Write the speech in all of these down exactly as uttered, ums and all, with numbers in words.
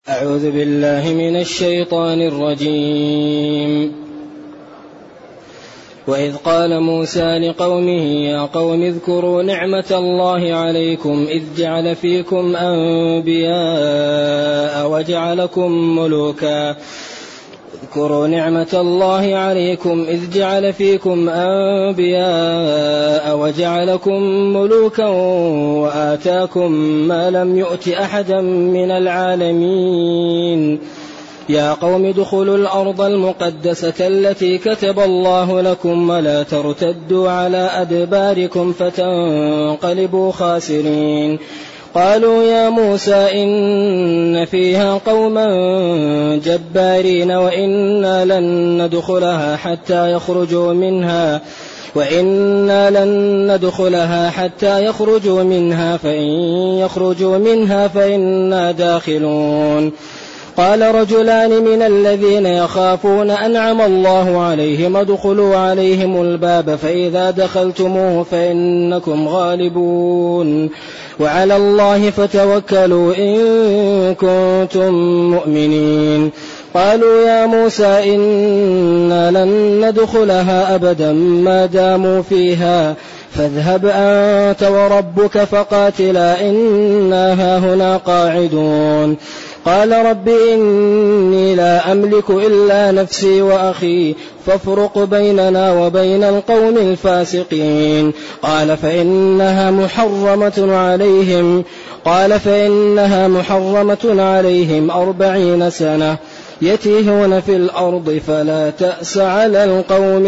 أعوذ بالله من الشيطان الرجيم. وإذ قال موسى لقومه يا قوم اذكروا نعمة الله عليكم إذ جعل فيكم أنبياء وجعلكم ملوكا اذكروا نعمة الله عليكم إذ جعل فيكم أنبياء وجعلكم ملوكا وآتاكم ما لم يؤت أحدا من العالمين يا قوم ادخلوا الأرض المقدسة التي كتب الله لكم ولا ترتدوا على أدباركم فتنقلبوا خاسرين. قالوا يا موسى إن فيها قوما جبارين وإنا لن ندخلها حتى يخرجوا منها وإنا لن ندخلها حتى يخرجوا منها فإن يخرجوا منها فإنا داخلون. قال رجلان من الذين يخافون أنعم الله عليهم ادخلوا عليهم الباب فإذا دخلتموه فإنكم غالبون وعلى الله فتوكلوا إن كنتم مؤمنين. قالوا يا موسى إنا لن ندخلها أبدا ما داموا فيها فاذهب أنت وربك فقاتلا إنا هاهنا قاعدون. قال رب إني لا أملك إلا نفسي وأخي فافرق بيننا وبين القوم الفاسقين. قال فإنها محرمة عليهم قال فإنها محرمة عليهم أربعين سنة يتيهون في الأرض فلا تأس على القوم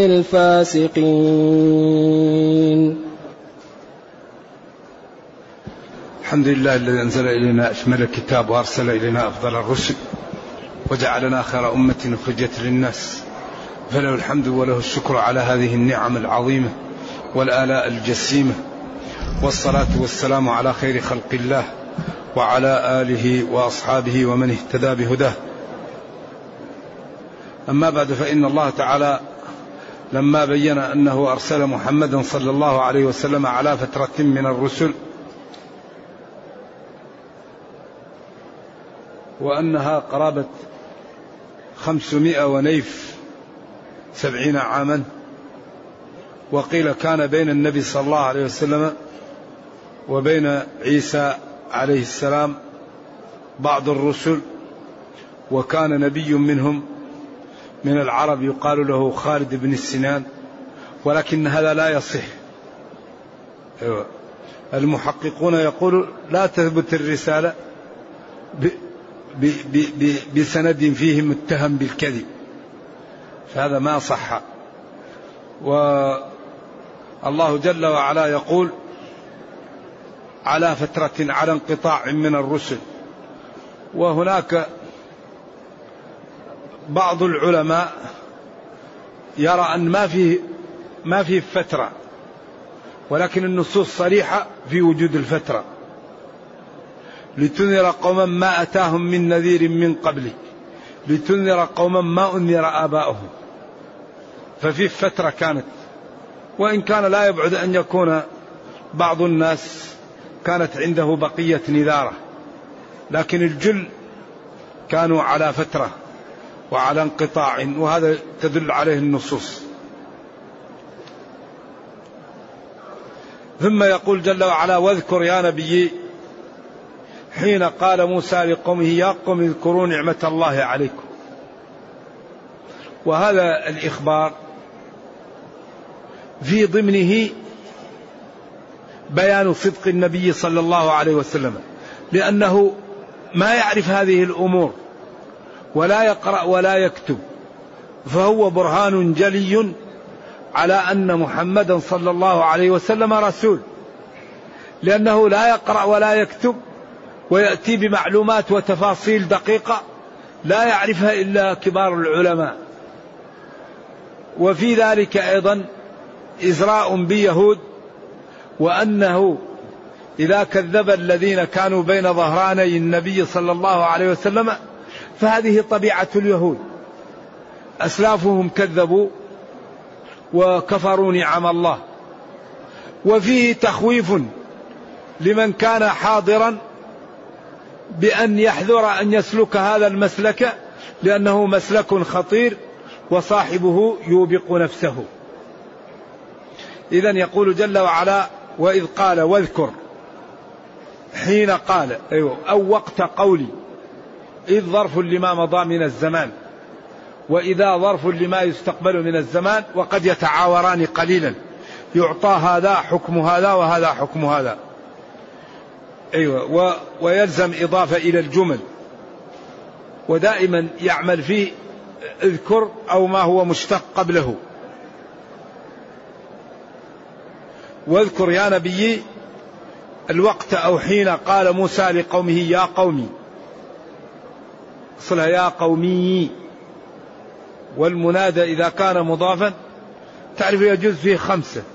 الفاسقين. الحمد لله الذي أنزل إلينا أشمل الكتاب وأرسل إلينا أفضل الرسل وجعلنا خير أمة أخرجت للناس فله الحمد وله الشكر على هذه النعم العظيمة والآلاء الجسيمة والصلاة والسلام على خير خلق الله وعلى آله وأصحابه ومن اهتدى بهداه. أما بعد فإن الله تعالى لما بين أنه أرسل محمدا صلى الله عليه وسلم على فترة من الرسل وأنها قرابة خمسمائة ونيف سبعين عاما، وقيل كان بين النبي صلى الله عليه وسلم وبين عيسى عليه السلام بعض الرسل، وكان نبي منهم من العرب يقال له خالد بن السنان، ولكن هذا لا يصح. المحققون يقولون لا تثبت الرسالة بسند فيه متهم بالكذب، فهذا ما صح. والله جل وعلا يقول على فترة على انقطاع من الرسل، وهناك بعض العلماء يرى أن ما فيه ما فيه فترة، ولكن النصوص صريحة في وجود الفترة. لتنذر قوما ما أتاهم من نذير من قبلك لتنذر قوما ما أنذر آباؤهم، ففي فترة كانت، وإن كان لا يبعد أن يكون بعض الناس كانت عنده بقية نذارة، لكن الجل كانوا على فترة وعلى انقطاع، وهذا تدل عليه النصوص. ثم يقول جل وعلا واذكر يا نبي حين قال موسى لقومه يا قوم اذكروا نعمة الله عليكم. وهذا الإخبار في ضمنه بيان صدق النبي صلى الله عليه وسلم، لأنه ما يعرف هذه الأمور ولا يقرأ ولا يكتب، فهو برهان جلي على أن محمدا صلى الله عليه وسلم رسول، لأنه لا يقرأ ولا يكتب ويأتي بمعلومات وتفاصيل دقيقة لا يعرفها إلا كبار العلماء. وفي ذلك أيضا إزراء بيهود، وأنه إذا كذب الذين كانوا بين ظهراني النبي صلى الله عليه وسلم فهذه طبيعة اليهود، أسلافهم كذبوا وكفروا نعم الله. وفيه تخويف لمن كان حاضرا بأن يحذر أن يسلك هذا المسلك لأنه مسلك خطير وصاحبه يوبق نفسه. إذن يقول جل وعلا وإذ قال واذكر حين قال أيوه أو وقت قولي. إذ ظرف لما مضى من الزمان، وإذا ظرف لما يستقبل من الزمان، وقد يتعاوران قليلا، يعطى هذا حكم هذا وهذا حكم هذا. أيوة و ويلزم إضافة إلى الجمل، ودائما يعمل فيه اذكر أو ما هو مشتق قبله. واذكر يا نبي الوقت أو حين قال موسى لقومه يا قومي، أصلها يا قومي، والمنادى إذا كان مضافا تعرف يجوز فيه خمسة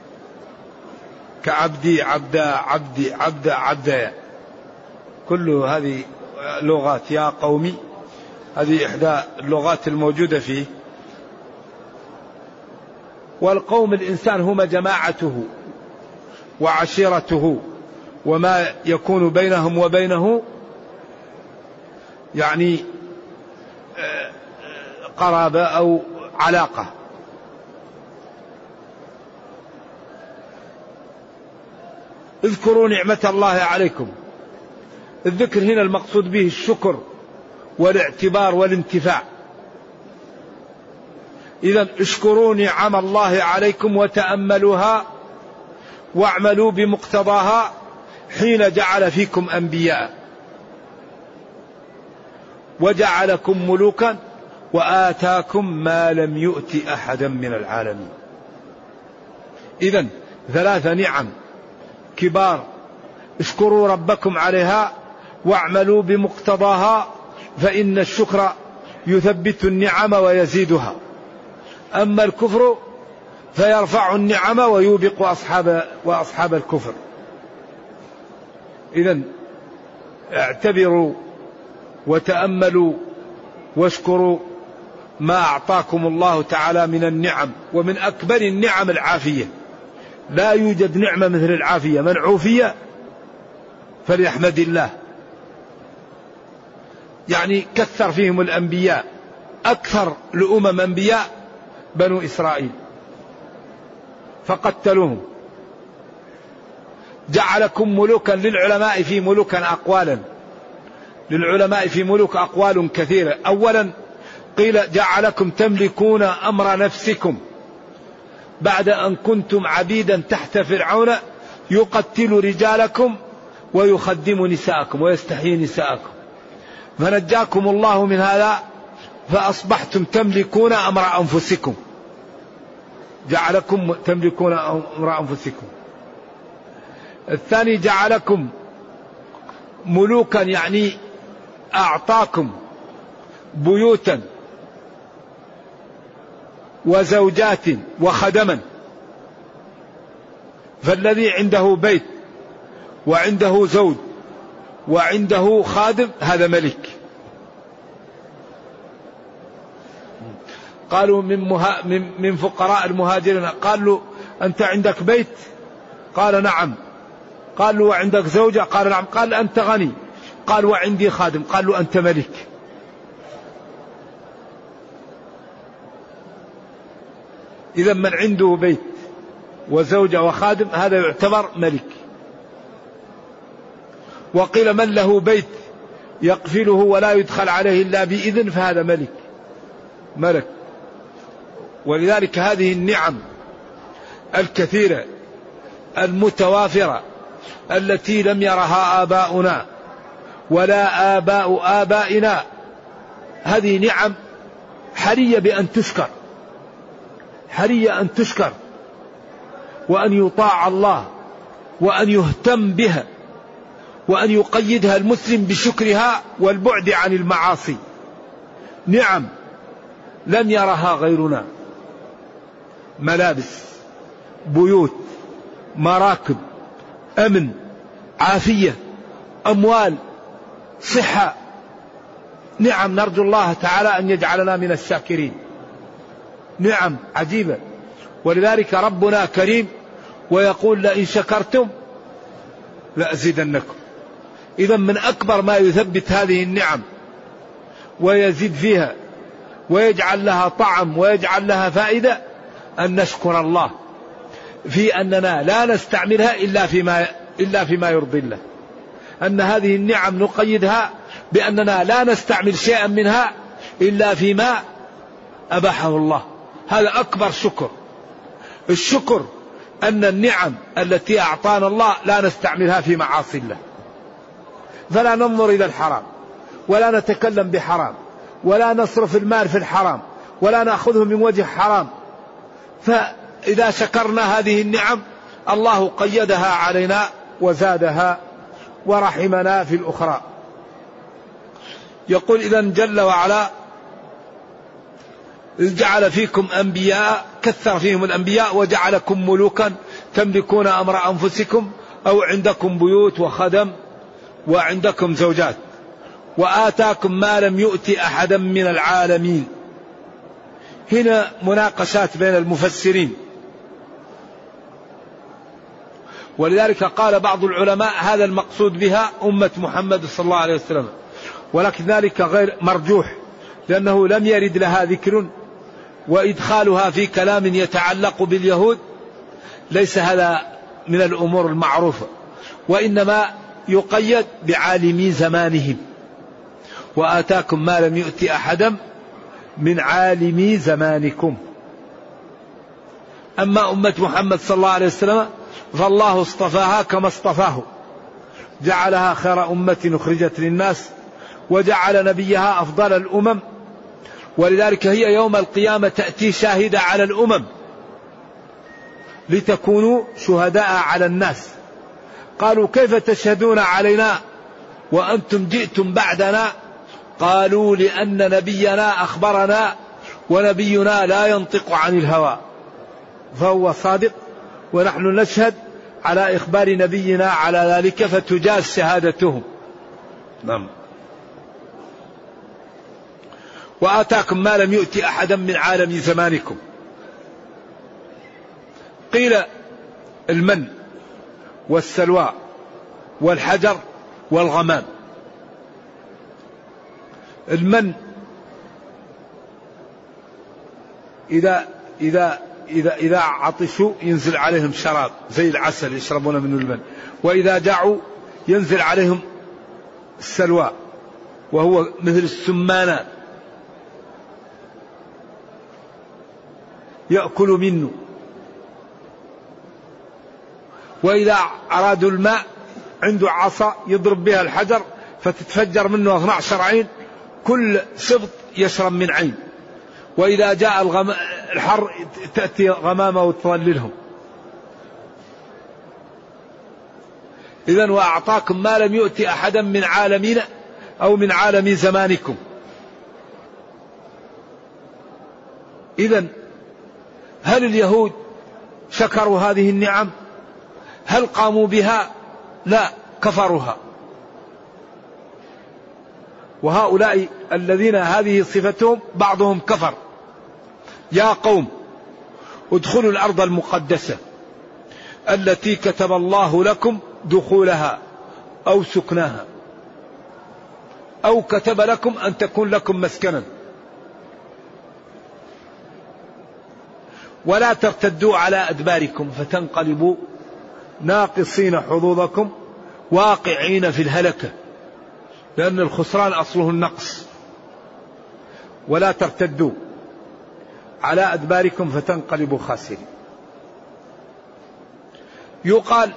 كعبدي عبدا عبدي عبدا عبدا، كل هذه لغات يا قومي، هذه إحدى اللغات الموجودة فيه. والقوم الإنسان هم جماعته وعشيرته وما يكون بينهم وبينه يعني قرابة أو علاقة. اذكروا نعمة الله عليكم. الذكر هنا المقصود به الشكر والاعتبار والانتفاع. إذن اشكروا نعم الله عليكم وتأملوها واعملوا بمقتضاها حين جعل فيكم أنبياء وجعلكم ملوكا وآتاكم ما لم يؤت أحدا من العالمين. إذن ثلاث نعم كبار اشكروا ربكم عليها واعملوا بمقتضاها، فإن الشكر يثبت النعم ويزيدها، أما الكفر فيرفع النعم ويوبق أصحاب وأصحاب الكفر. إذن اعتبروا وتأملوا واشكروا ما أعطاكم الله تعالى من النعم، ومن أكبر النعم العافية. لا يوجد نعمة مثل العافية، من عوفي فليحمد الله. يعني كثر فيهم الأنبياء، أكثر الأمم أنبياء بنو إسرائيل فقتلوهم. جعلكم ملوكا، للعلماء في ملوكا أقوالا، للعلماء في ملوك أقوال كثيرة. أولا قيل جعلكم تملكون أمر نفسكم بعد أن كنتم عبيدا تحت فرعون يقتل رجالكم ويخدم نساءكم ويستحيي نساءكم، فنجاكم الله من هذا فأصبحتم تملكون أمر أنفسكم. جعلكم تملكون أمر أنفسكم. الثاني جعلكم ملوكا، يعني أعطاكم بيوتا وزوجات وخدما، فالذي عنده بيت وعنده زوج وعنده خادم هذا ملك. قالوا من, مها من, من فقراء المهاجرين، قال له أنت عندك بيت؟ قال نعم. قال له وعندك زوجة؟ قال نعم. قال أنت غني؟ قال وعندي خادم. قال له أنت ملك. إذا من عنده بيت وزوجة وخادم هذا يعتبر ملك. وقيل من له بيت يقفله ولا يدخل عليه إلا بإذن فهذا ملك ملك. ولذلك هذه النعم الكثيرة المتوافرة التي لم يرها آباؤنا ولا آباء آبائنا، هذه نعم حرية بأن تشكر، حرية أن تشكر وأن يطاع الله وأن يهتم بها وأن يقيدها المسلم بشكرها والبعد عن المعاصي. نعم لم يرها غيرنا، ملابس، بيوت، مراكب، أمن، عافية، أموال، صحة. نعم نرجو الله تعالى أن يجعلنا من الشاكرين. نعم عجيبة. ولذلك ربنا كريم ويقول لئن شكرتم لأزيدنكم. إذا من أكبر ما يثبت هذه النعم ويزيد فيها ويجعل لها طعم ويجعل لها فائدة أن نشكر الله في أننا لا نستعملها إلا فيما, إلا فيما يرضي الله. أن هذه النعم نقيدها بأننا لا نستعمل شيئا منها إلا فيما أباحه الله. هذا أكبر شكر. الشكر أن النعم التي أعطانا الله لا نستعملها في معاصي الله، فلا ننظر إلى الحرام ولا نتكلم بحرام ولا نصرف المال في الحرام ولا نأخذه من وجه حرام. فإذا شكرنا هذه النعم الله قيدها علينا وزادها ورحمنا في الأخرى. يقول إذن جل وعلا إذ جعل فيكم أنبياء، كثر فيهم الأنبياء وجعلكم ملوكا تملكون أمر أنفسكم أو عندكم بيوت وخدم وعندكم زوجات، وآتاكم ما لم يؤت أحدا من العالمين. هنا مناقشات بين المفسرين، ولذلك قال بعض العلماء هذا المقصود بها أمة محمد صلى الله عليه وسلم، ولكن ذلك غير مرجوح لأنه لم يرد لها ذكر، وإدخالها في كلام يتعلق باليهود ليس هذا من الأمور المعروفة، وإنما يقيد بعالمي زمانهم. وآتاكم ما لم يؤت أحدا من عالمي زمانكم. أما أمة محمد صلى الله عليه وسلم فالله اصطفاها كما اصطفاه، جعلها خير أمة أخرجت للناس وجعل نبيها أفضل الأمم، ولذلك هي يوم القيامة تأتي شاهدة على الأمم لتكونوا شهداء على الناس. قالوا كيف تشهدون علينا وأنتم جئتم بعدنا؟ قالوا لأن نبينا أخبرنا ونبينا لا ينطق عن الهوى فهو صادق، ونحن نشهد على إخبار نبينا على ذلك فتجاز شهادتهم. نعم. وآتاكم ما لم يؤت أحدا من عالم زمانكم. قيل المن والسلوى والحجر والغمام. المن إذا إذا إذا إذا عطشوا ينزل عليهم شراب زي العسل يشربون منه المن، وإذا جاعوا ينزل عليهم السلوى وهو مثل السمانات يأكل منه. وإذا أرادوا الماء عنده عصا يضرب بها الحجر فتتفجر منه اثنا عشر عين، كل سبط يشرب من عين. وإذا جاء الغم... الحر تأتي غمامة وتظللهم. إذن وأعطاكم ما لم يؤت أحدا من عالمين أو من عالم زمانكم. إذن هل اليهود شكروا هذه النعم؟ هل قاموا بها؟ لا، كفروها. وهؤلاء الذين هذه صفتهم بعضهم كفر. يا قوم ادخلوا الأرض المقدسة التي كتب الله لكم دخولها أو سكناها أو كتب لكم أن تكون لكم مسكنا، ولا ترتدوا على أدباركم فتنقلبوا ناقصين حظوظكم واقعين في الهلكة، لأن الخسران أصله النقص. ولا ترتدوا على أدباركم فتنقلبوا خاسرين. يقال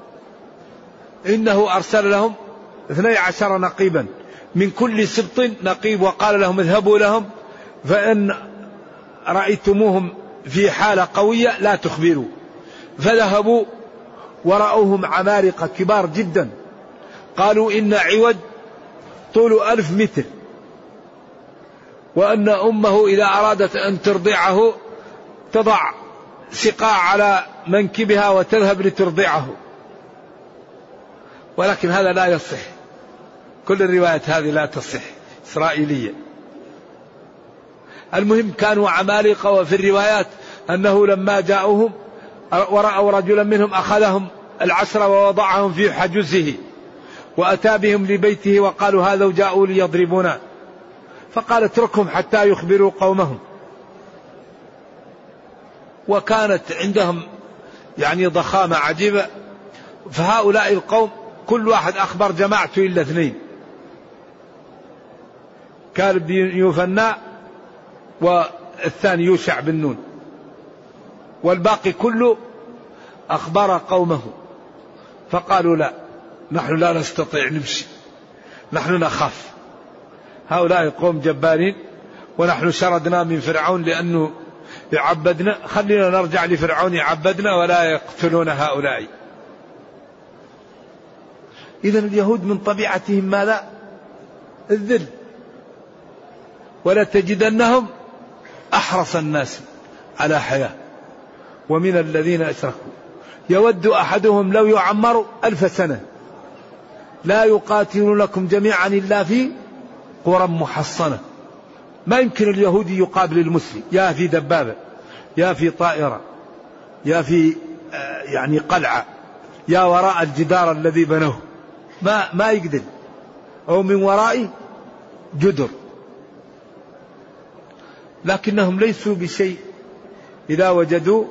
إنه أرسل لهم اثني عشر نقيبا من كل سبط نقيب، وقال لهم اذهبوا لهم فإن رأيتموهم في حالة قوية لا تخبروا. فذهبوا ورأوهم عمالقة كبار جدا، قالوا إن عوج طول ألف متر، وأن أمه إذا أرادت أن ترضعه تضع سقاء على منكبها وتذهب لترضعه، ولكن هذا لا يصح. كل الروايات هذه لا تصح، إسرائيلية. المهم كانوا عمالقة. وفي الروايات أنه لما جاءوهم ورأوا رجلا منهم أخذهم العشرة ووضعهم في حجزه وأتى بهم لبيته وقالوا هذا جاءوا ليضربونا، فقال اتركهم حتى يخبروا قومهم. وكانت عندهم يعني ضخامة عجيبة. فهؤلاء القوم كل واحد أخبر جماعته إلا اثنين، كالب بن يوفنا والثاني يوشع بن نون، والباقي كله أخبر قومه. فقالوا لا، نحن لا نستطيع نمشي، نحن نخاف، هؤلاء قوم جبارين ونحن شردنا من فرعون لأنه يعبدنا، خلينا نرجع لفرعون يعبدنا ولا يقتلون هؤلاء. إذن اليهود من طبيعتهم ماذا؟ الذل. ولا تجدنهم أحرص الناس على حياة ومن الذين أشركوا يود أحدهم لو يعمر ألف سنة لا يقاتلونكم جميعا إلا في قرى محصنة. ما يمكن اليهودي يقابل المسلم، يا في دبابة، يا في طائرة، يا في يعني قلعة، يا وراء الجدار الذي بنوه، ما ما يقدر، أو من وراء جدر. لكنهم ليسوا بشيء إذا وجدوا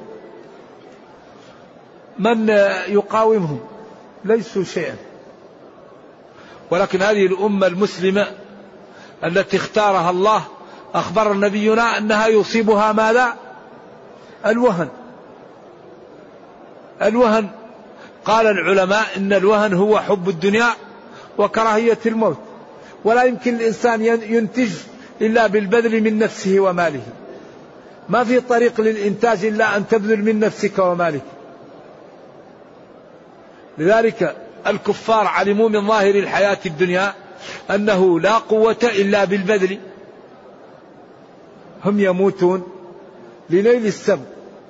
من يقاومهم، ليسوا شيئا. ولكن هذه الأمة المسلمة التي اختارها الله أخبر نبينا أنها يصيبها ماذا؟ الوهن. الوهن قال العلماء إن الوهن هو حب الدنيا وكراهية الموت، ولا يمكن الإنسان ينتج إلا بالبذل من نفسه وماله، ما في طريق للإنتاج إلا أن تبذل من نفسك ومالك. لذلك الكفار علموا من ظاهر الحياة الدنيا أنه لا قوة إلا بالبذل، هم يموتون لليل السبت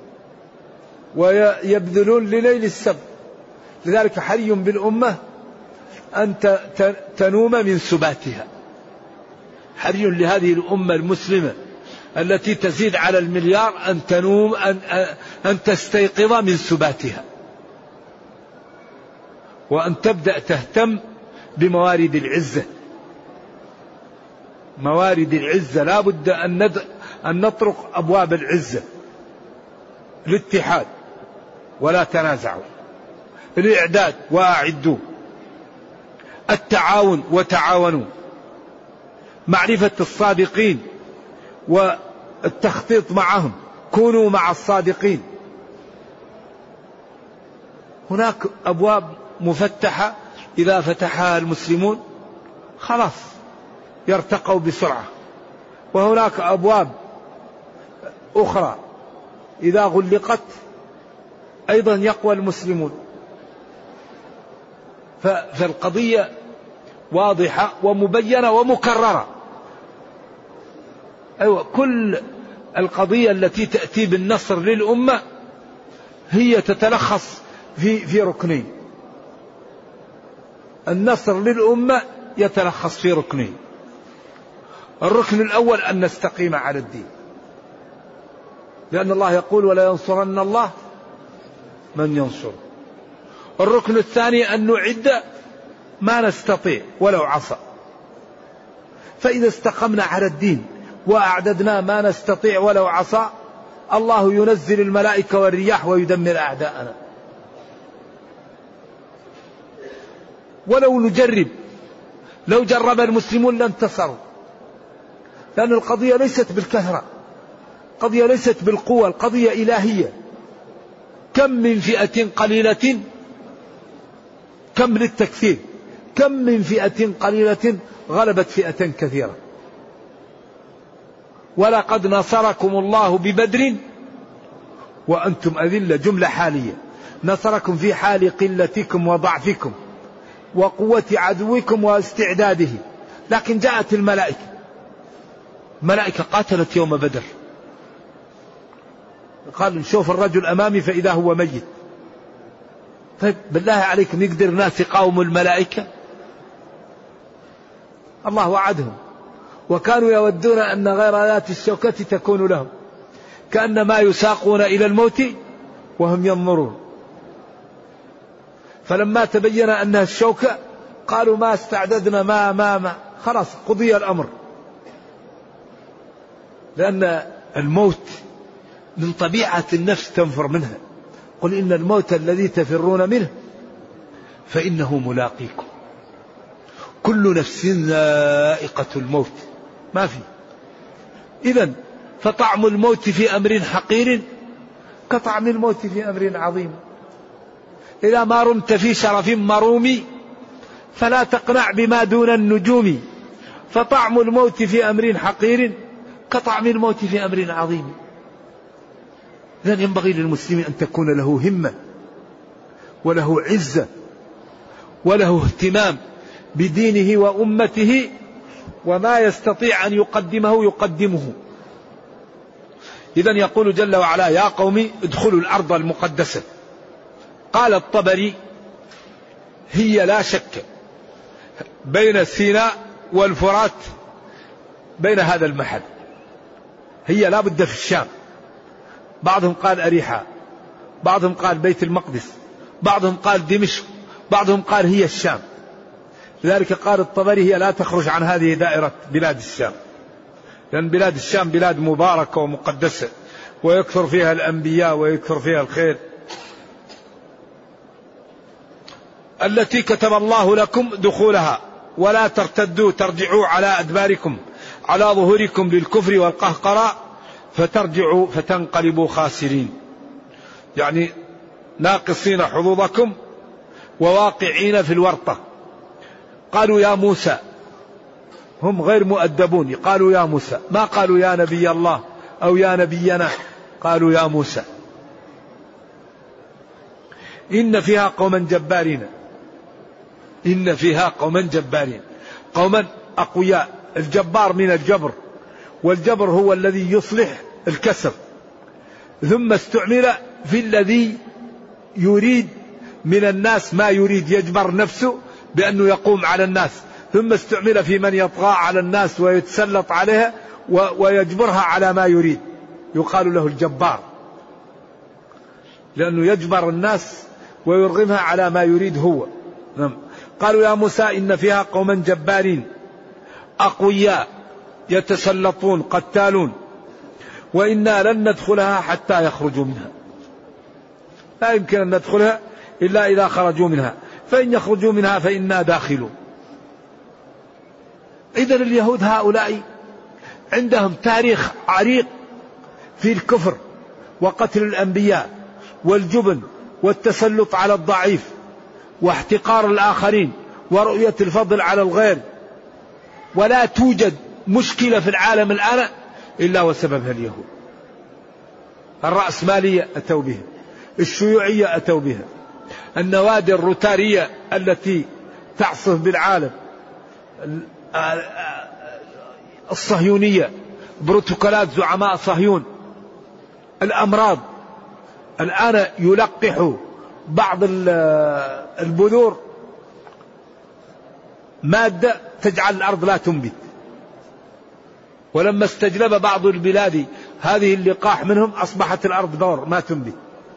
ويبذلون لليل السبت. لذلك حري بالأمة أن تنوم من سباتها، حري لهذه الأمة المسلمة التي تزيد على المليار أن تنوم أن, أن تستيقظ من سباتها، وأن تبدأ تهتم بموارد العزة. موارد العزة لا بد أن, ند... أن نطرق أبواب العزة. الاتحاد ولا تنازعوا، الإعداد وأعدوا، التعاون وتعاونوا، معرفة الصادقين والتخطيط معهم، كونوا مع الصادقين. هناك أبواب مفتحة إذا فتحها المسلمون خلاص يرتقوا بسرعة، وهناك أبواب أخرى إذا غلقت أيضا يقوى المسلمون. فالقضية واضحة ومبينة ومكررة. أيوة، كل القضية التي تأتي بالنصر للأمة هي تتلخص في في ركنين. النصر للأمة يتلخص في ركنين. الركن الأول أن نستقيم على الدين، لأن الله يقول ولا ينصرن الله من ينصر. الركن الثاني أن نعد ما نستطيع ولو عصى. فإذا استقمنا على الدين وأعددنا ما نستطيع ولو عصى، الله ينزل الملائكة والرياح ويدمر أعداءنا. ولو نجرب، لو جرب المسلمون لانتصروا، لأن القضية ليست بالكثرة، القضية ليست بالقوة، القضية إلهية. كم من فئة قليلة، كم للتكثير، كم من فئة قليلة غلبت فئة كثيرة. ولقد نصركم الله ببدر وأنتم أذلة، جملة حالية. نصركم في حال قلتكم وضعفكم وقوة عدوكم واستعداده. لكن جاءت الملائكة، الملائكة قاتلت يوم بدر. قال نشوف الرجل أمامي فإذا هو ميت. طيب بالله عليك نقدر ناس يقاوموا الملائكة؟ الله وعدهم، وكانوا يودون أن غير ذات الشوكة تكون لهم، كأنما يساقون إلى الموت وهم ينظرون. فلما تبين أنها الشوكة قالوا ما استعددنا ما ما ما خلاص قضي الأمر. لأن الموت من طبيعة النفس تنفر منها. قل إن الموت الذي تفرون منه فإنه ملاقيكم. كل نفس ذائقة الموت، ما في. إذن فطعم الموت في أمر حقير كطعم الموت في أمر عظيم. إذا ما رمت في شرف مروم فلا تقنع بما دون النجوم. فطعم الموت في أمر حقير كطعم الموت في أمر عظيم. إذن ينبغي للمسلم أن تكون له همة وله عزة وله اهتمام بدينه وأمته، وما يستطيع أن يقدمه يقدمه. إذن يقول جل وعلا يا قوم ادخلوا الأرض المقدسة. قال الطبري هي لا شك بين سيناء والفرات، بين هذا المحل، هي لا بد في الشام. بعضهم قال أريحا، بعضهم قال بيت المقدس، بعضهم قال دمشق، بعضهم قال هي الشام. لذلك قال الطبري هي لا تخرج عن هذه دائرة بلاد الشام، لأن بلاد الشام بلاد مباركة ومقدسة ويكثر فيها الأنبياء ويكثر فيها الخير. التي كتب الله لكم دخولها ولا ترتدوا ترجعوا على أدباركم على ظهوركم للكفر والقهقراء فترجعوا فتنقلبوا خاسرين، يعني ناقصين حظوظكم وواقعين في الورطة. قالوا يا موسى، هم غير مؤدبون، قالوا يا موسى، ما قالوا يا نبي الله أو يا نبينا، قالوا يا موسى إن فيها قوما جبارين، إن فيها قوما جبارين، قوما أقوياء. الجبار من الجبر، والجبر هو الذي يصلح الكسر، ثم استعمل في الذي يريد من الناس ما يريد، يجبر نفسه بأنه يقوم على الناس، ثم استعمل في من يطغى على الناس ويتسلط عليها ويجبرها على ما يريد، يقال له الجبار، لأنه يجبر الناس ويرغمها على ما يريد هو. قالوا يا موسى إن فيها قوما جبارين أقوياء يتسلطون قتالون وإنا لن ندخلها حتى يخرجوا منها. لا يمكن أن ندخلها إلا إذا خرجوا منها، فإن يخرجوا منها فإنا داخلون. إذن اليهود هؤلاء عندهم تاريخ عريق في الكفر وقتل الأنبياء والجبن والتسلط على الضعيف واحتقار الآخرين ورؤية الفضل على الغير. ولا توجد مشكلة في العالم الآن إلا وسببها اليهود. الرأسمالية أتوا بها، الشيوعية أتوا بها، النوادي الروتارية التي تعصف بالعالم، الصهيونية، بروتوكولات زعماء صهيون، الأمراض. الآن يلقح بعض البذور مادة تجعل الأرض لا تنبت، ولما استجلب بعض البلاد هذه اللقاح منهم أصبحت الأرض دور ما تنبت.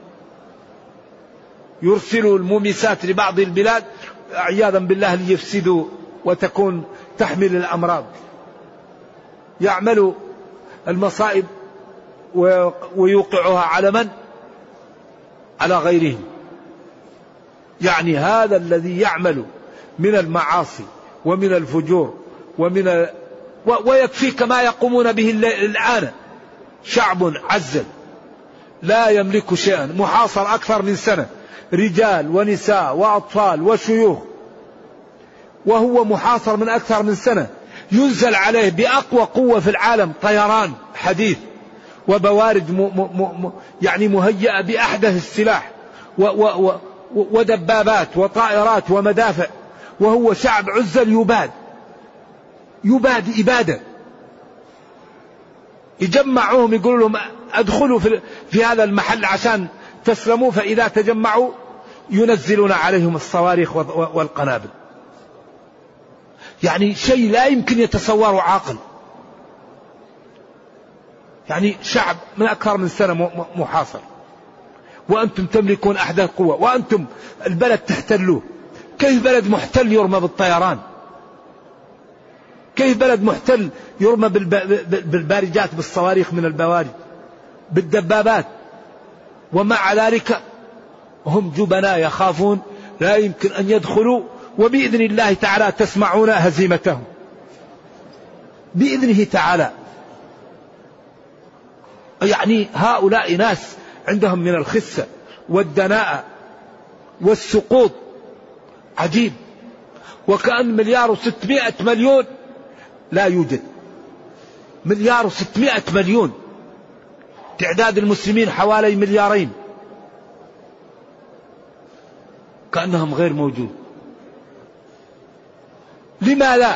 يرسلوا المومسات لبعض البلاد عياذا بالله ليفسدوا وتكون تحمل الأمراض. يعملوا المصائب ويوقعها على من؟ على غيرهم. يعني هذا الذي يعمل من المعاصي ومن الفجور ومن ويكفي كما يقومون به الآن. شعب عزل لا يملك شيئا، محاصر أكثر من سنة، رجال ونساء وأطفال وشيوخ، وهو محاصر من أكثر من سنة، ينزل عليه بأقوى قوة في العالم طيران حديث وبوارد م م م يعني مهيئة بأحدث السلاح و و و ودبابات وطائرات ومدافع، وهو شعب عزل يباد يباد إبادة. يجمعوهم يقولوا لهم ادخلوا في, في هذا المحل عشان تسلموا، فإذا تجمعوا ينزلون عليهم الصواريخ والقنابل. يعني شيء لا يمكن يتصوره عاقل. يعني شعب من أكثر من سنة محاصر، وأنتم تملكون أحدث قوة، وأنتم البلد تحتلوه. كيف بلد محتل يرمى بالطيران؟ كيف بلد محتل يرمى بالبارجات، بالصواريخ من البوارج، بالدبابات، ومع ذلك هم جبناء يخافون لا يمكن أن يدخلوا، وبإذن الله تعالى تسمعون هزيمتهم بإذنه تعالى. يعني هؤلاء ناس عندهم من الخسة والدناءة والسقوط عجيب. وكأن مليار وستمائة مليون لا يوجد. مليار وستمائة مليون، تعداد المسلمين حوالي مليارين، كأنهم غير موجود. لما لا؟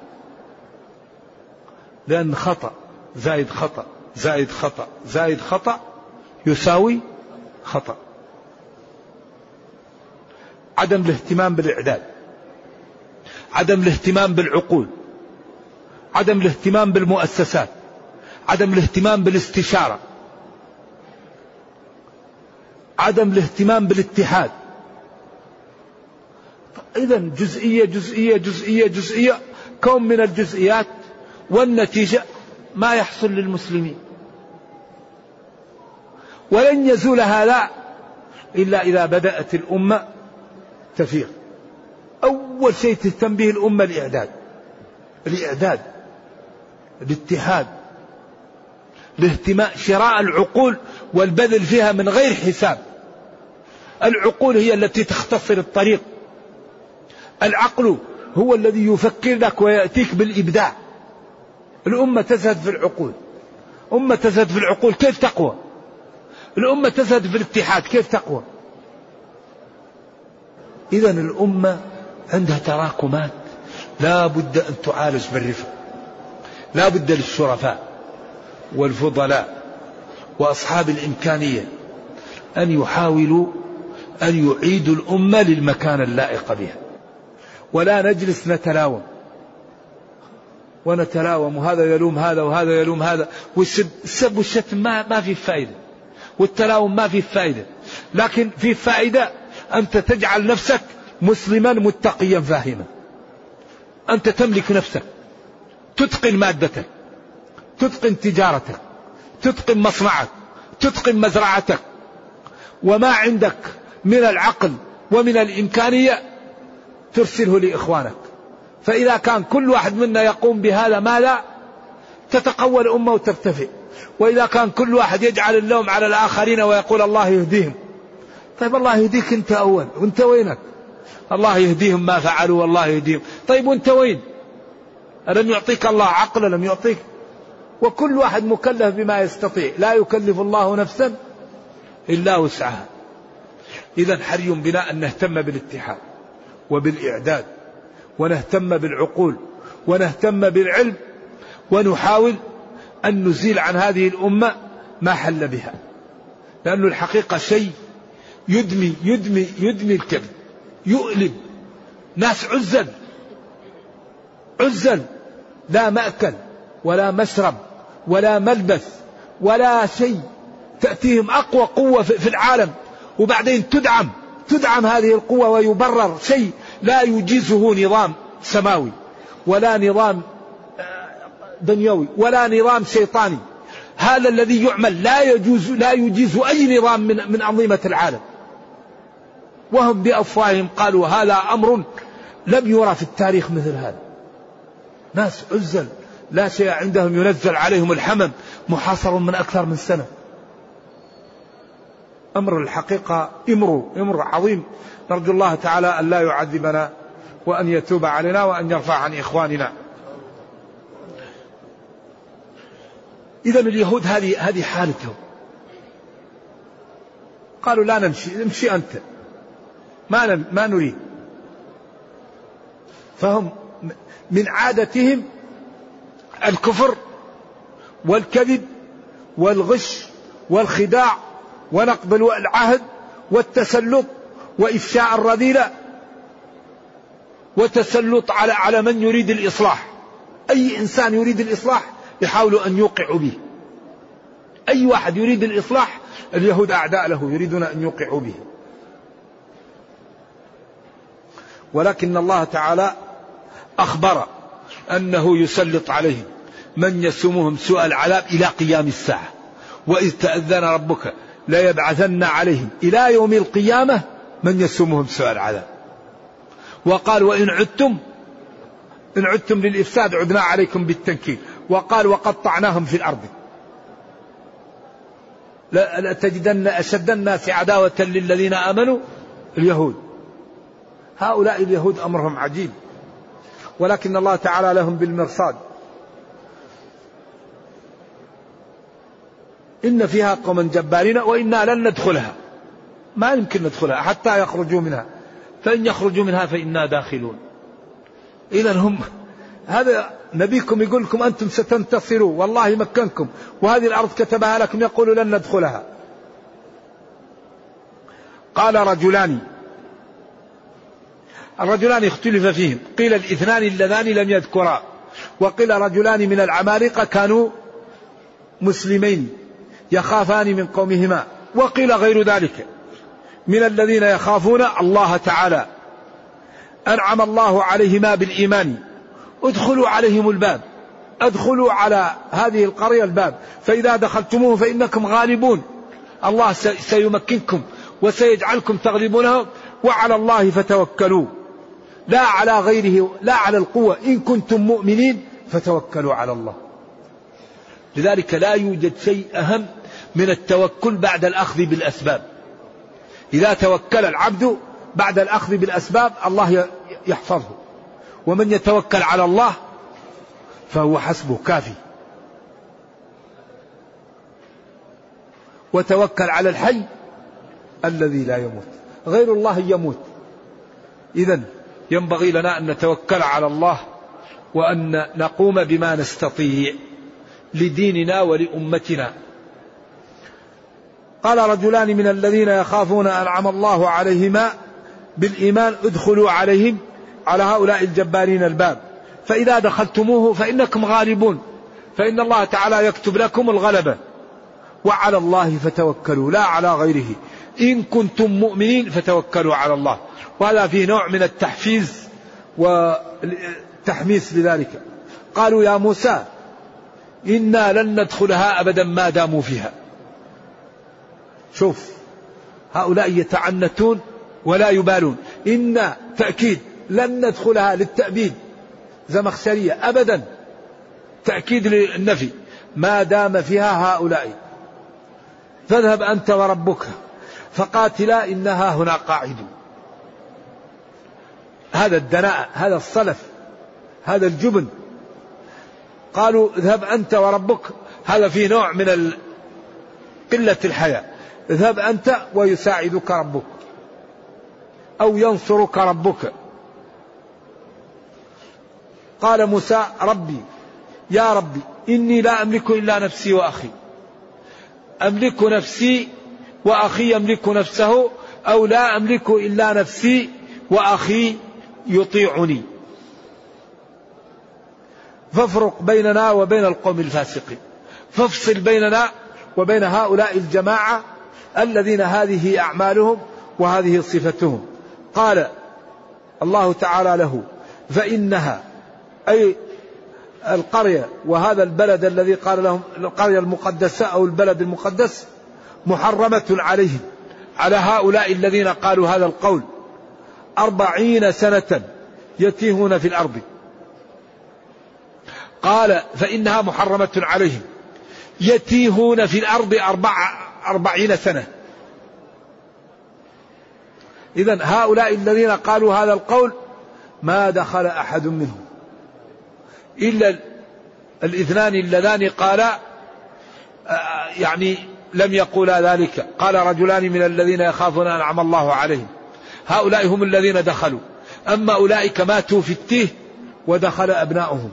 لأن خطأ زائد خطأ زائد خطأ زائد خطأ يساوي خطأ. عدم الاهتمام بالإعداد، عدم الاهتمام بالعقول، عدم الاهتمام بالمؤسسات، عدم الاهتمام بالاستشارة، عدم الاهتمام بالاتحاد. إذن جزئية جزئية جزئية جزئية، كون من الجزئيات، والنتيجة ما يحصل للمسلمين. ولن يزول هذا إلا إذا بدأت الأمة تفيق. أول شيء تهتم به الأمة الإعداد، الإعداد، الاتحاد، الاهتمام، شراء العقول والبذل فيها من غير حساب. العقول هي التي تختصر الطريق. العقل هو الذي يفكر لك ويأتيك بالإبداع. الأمة تزهد في العقول. أمة تزهد في العقول كيف تقوى؟ الأمة تزهد في الاتحاد كيف تقوى؟ إذن الأمة عندها تراكمات لا بد أن تعالج بالرفق. لا بد للشرفاء والفضلاء وأصحاب الإمكانية أن يحاولوا أن يعيدوا الأمة للمكان اللائق بها، ولا نجلس نتلاوم ونتلاوم، وهذا يلوم هذا وهذا يلوم هذا، والسب والشتم ما ما في فائدة، والتلاوم ما في فائدة. لكن في فائدة أنت تجعل نفسك مسلما متقيا فاهما. أنت تملك نفسك، تتقن مادتك، تتقن تجارتك، تتقن مصنعك، تتقن مزرعتك، وما عندك من العقل ومن الإمكانية ترسله لإخوانك. فإذا كان كل واحد منا يقوم بهذا ما لا تتقوى الأمة وترتفع. وإذا كان كل واحد يجعل اللوم على الآخرين ويقول الله يهديهم، طيب الله يهديك أنت أول، وأنت وينك؟ الله يهديهم ما فعلوا والله يهديهم، طيب وأنت وين؟ ألم يعطيك الله عقل؟ لم يعطيك؟ وكل واحد مكلف بما يستطيع، لا يكلف الله نفسا إلا وسعها. إذا حري بنا أن نهتم بالاتحاد وبالإعداد، ونهتم بالعقول، ونهتم بالعلم، ونحاول أن نزيل عن هذه الأمة ما حل بها. لأن الحقيقة شيء يدمي يدمي يدمي الكبد، يؤلم ناس عزل عزل، لا مأكل ولا مشرب ولا ملبس ولا شيء، تأتيهم أقوى قوة في العالم، وبعدين تدعم تدعم هذه القوة ويبرر شيء لا يجيزه نظام سماوي ولا نظام دنيوي ولا نظام شيطاني. هذا الذي يعمل لا يجوز لا يجيز أي نظام من من أنظمة العالم، وهم بأفواههم قالوا هذا أمر لم يرى في التاريخ مثل هذا. ناس عزل لا شيء عندهم، ينزل عليهم الحمم، محاصر من أكثر من سنة. أمر الحقيقة إمر إمر عظيم. نرجو الله تعالى أن لا يعذبنا، وأن يتوب علينا، وأن يرفع عن إخواننا. إذا اليهود هذه هذه حالتهم. قالوا لا نمشي، امشي أنت، ما ما نريد. فهم من عادتهم الكفر والكذب والغش والخداع ونقض العهد والتسلط وإفشاء الرذيلة وتسلط على على من يريد الإصلاح. أي إنسان يريد الإصلاح يحاولوا أن يوقعوا به. أي واحد يريد الإصلاح اليهود أعداء له، يريدون أن يوقعوا به. ولكن الله تعالى أخبر أنه يسلط عليهم من يسومهم سوء العذاب إلى قيام الساعة. وإذ تأذن ربك لا يبعثن عليهم إلى يوم القيامة من يسومهم سوء العذاب. وقال وإن عدتم إن عدتم للإفساد عدنا عليكم بالتنكيل. وقال وقطعناهم في الأرض. لتجدن أشد الناس عداوة للذين آمنوا اليهود. هؤلاء اليهود أمرهم عجيب، ولكن الله تعالى لهم بالمرصاد. إن فيها قوما جبارين وإنا لن ندخلها، ما يمكن ندخلها حتى يخرجوا منها، فإن يخرجوا منها فإنا داخلون. إذن هم هذا نبيكم يقول لكم أنتم ستنتصروا والله مكنكم وهذه الأرض كتبها لكم، يقول لن ندخلها. قال رجلان الرجلان اختلف فيهم، قيل الاثنان اللذان لم يذكرا، وقيل رجلان من العمالقة كانوا مسلمين يخافان من قومهما، وقيل غير ذلك من الذين يخافون الله تعالى أنعم الله عليهما بالإيمان ادخلوا عليهم الباب، ادخلوا على هذه القرية الباب، فإذا دخلتموه فإنكم غالبون، الله سيمكنكم وسيجعلكم تغلبونه، وعلى الله فتوكلوا لا على غيره، لا على القوة، إن كنتم مؤمنين فتوكلوا على الله. لذلك لا يوجد شيء أهم من التوكل بعد الأخذ بالأسباب. إذا توكل العبد بعد الأخذ بالأسباب الله يحفظه، ومن يتوكل على الله فهو حسبه كافي. وتوكل على الحي الذي لا يموت، غير الله يموت. إذن ينبغي لنا أن نتوكل على الله وأن نقوم بما نستطيع لديننا ولأمتنا. قال رجلان من الذين يخافون أنعم الله عليهما بالإيمان ادخلوا عليهم على هؤلاء الجبارين الباب، فإذا دخلتموه فإنكم غالبون، فإن الله تعالى يكتب لكم الغلبة، وعلى الله فتوكلوا لا على غيره، إن كنتم مؤمنين فتوكلوا على الله. وهذا فيه نوع من التحفيز والتحميس لذلك. قالوا يا موسى إنا لن ندخلها أبدا ما داموا فيها. شوف هؤلاء يتعنتون ولا يبالون، إنا تأكيد لن ندخلها للتأبيد زمخشرية أبدا، تأكيد للنفي، ما دام فيها هؤلاء، فاذهب أنت وربك فقاتلا إنها هنا قاعدون. هذا الدناء، هذا الصلف، هذا الجبن. قالوا اذهب أنت وربك، هذا فيه نوع من قلة الحياة. اذهب أنت ويساعدك ربك أو ينصرك ربك. قال موسى ربي يا ربي إني لا أملك إلا نفسي وأخي، أملك نفسي وأخي يملك نفسه، أو لا أملك إلا نفسي وأخي يطيعني، فافرق بيننا وبين القوم الفاسقين، فافصل بيننا وبين هؤلاء الجماعة الذين هذه أعمالهم وهذه صفتهم. قال الله تعالى له فإنها أي القرية وهذا البلد الذي قال لهم القرية المقدسة أو البلد المقدس محرمة عليهم، على هؤلاء الذين قالوا هذا القول، أربعين سنة يتيهون في الأرض. قال فإنها محرمة عليهم يتيهون في الأرض أربع أربعين سنة. إذن هؤلاء الذين قالوا هذا القول ما دخل أحد منهم إلا الاثنان اللذان قالا يعني لم يقولا ذلك. قال رجلان من الذين يخافون أنعم الله عليهم، هؤلاء هم الذين دخلوا، أما أولئك ماتوا في التيه ودخل أبناؤهم.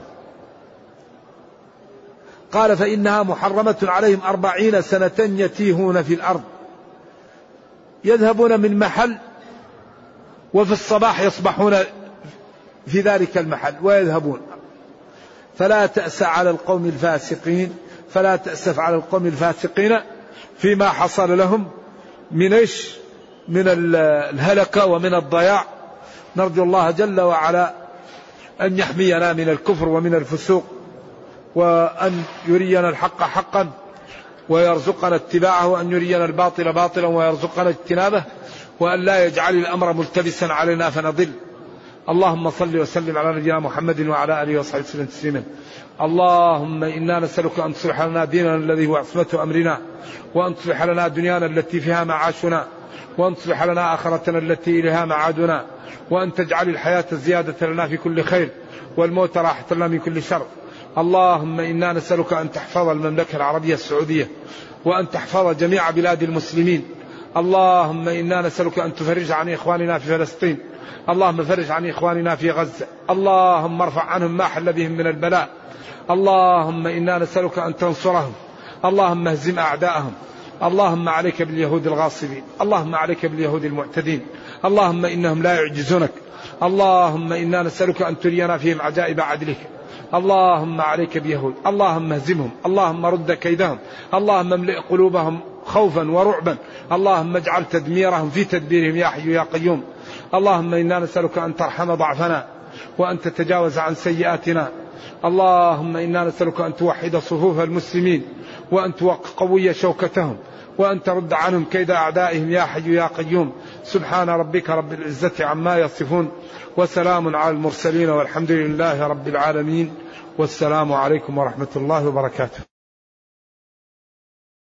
قال فإنها محرمة عليهم أربعين سنة يتيهون في الأرض، يذهبون من محل وفي الصباح يصبحون في ذلك المحل ويذهبون. فلا تأس على القوم الفاسقين، فلا تأسف على القوم الفاسقين فيما حصل لهم من إيش؟ من الهلكة ومن الضياع نرجو الله جل وعلا أن يحمينا من الكفر ومن الفسوق، وأن يرينا الحق حقا ويرزقنا اتباعه، وأن يرينا الباطل باطلا ويرزقنا اجتنابه، وأن لا يجعل الأمر ملتبسا علينا فنضل. اللهم صل وسلم على نبينا محمد وعلى آله وصحبه وسلم تسليما. اللهم إنا نسألك أن تصلح لنا ديننا الذي هو عصمة أمرنا، وأن تصلح لنا دنيانا التي فيها معاشنا، وأن تصلح لنا آخرتنا التي إليها معادنا، وأن تجعل الحياة زيادة لنا في كل خير والموت راحة لنا من كل شر. اللهم إنا نسألك أن تحفظ المملكة العربية السعودية، وأن تحفظ جميع بلاد المسلمين. اللهم إنا نسألك أن تفرج عن إخواننا في فلسطين، اللهم فرج عن إخواننا في غزة، اللهم ارفع عنهم ما حل بهم من البلاء. اللهم إنا نسألك أن تنصرهم، اللهم اهزم أعداءهم. اللهم عليك باليهود الغاصبين، اللهم عليك باليهود المعتدين، اللهم إنهم لا يعجزونك. اللهم إنا نسألك أن ترينا فيهم عجائب عدلك. اللهم عليك بيهود، اللهم اهزمهم، اللهم رد كيدهم، اللهم املئ قلوبهم خوفا ورعبا، اللهم اجعل تدميرهم في تدبيرهم يا حي يا قيوم. اللهم إنا نسألك أن ترحم ضعفنا، وأن تتجاوز عن سيئاتنا. اللهم إنا نسألك أن توحد صفوف المسلمين، وأن تقوي شوكتهم، وأن ترد عنهم كيد أعدائهم يا حي يا قيوم. سبحان ربك رب العزة عما يصفون، وسلام على المرسلين، والحمد لله رب العالمين، والسلام عليكم ورحمة الله وبركاته.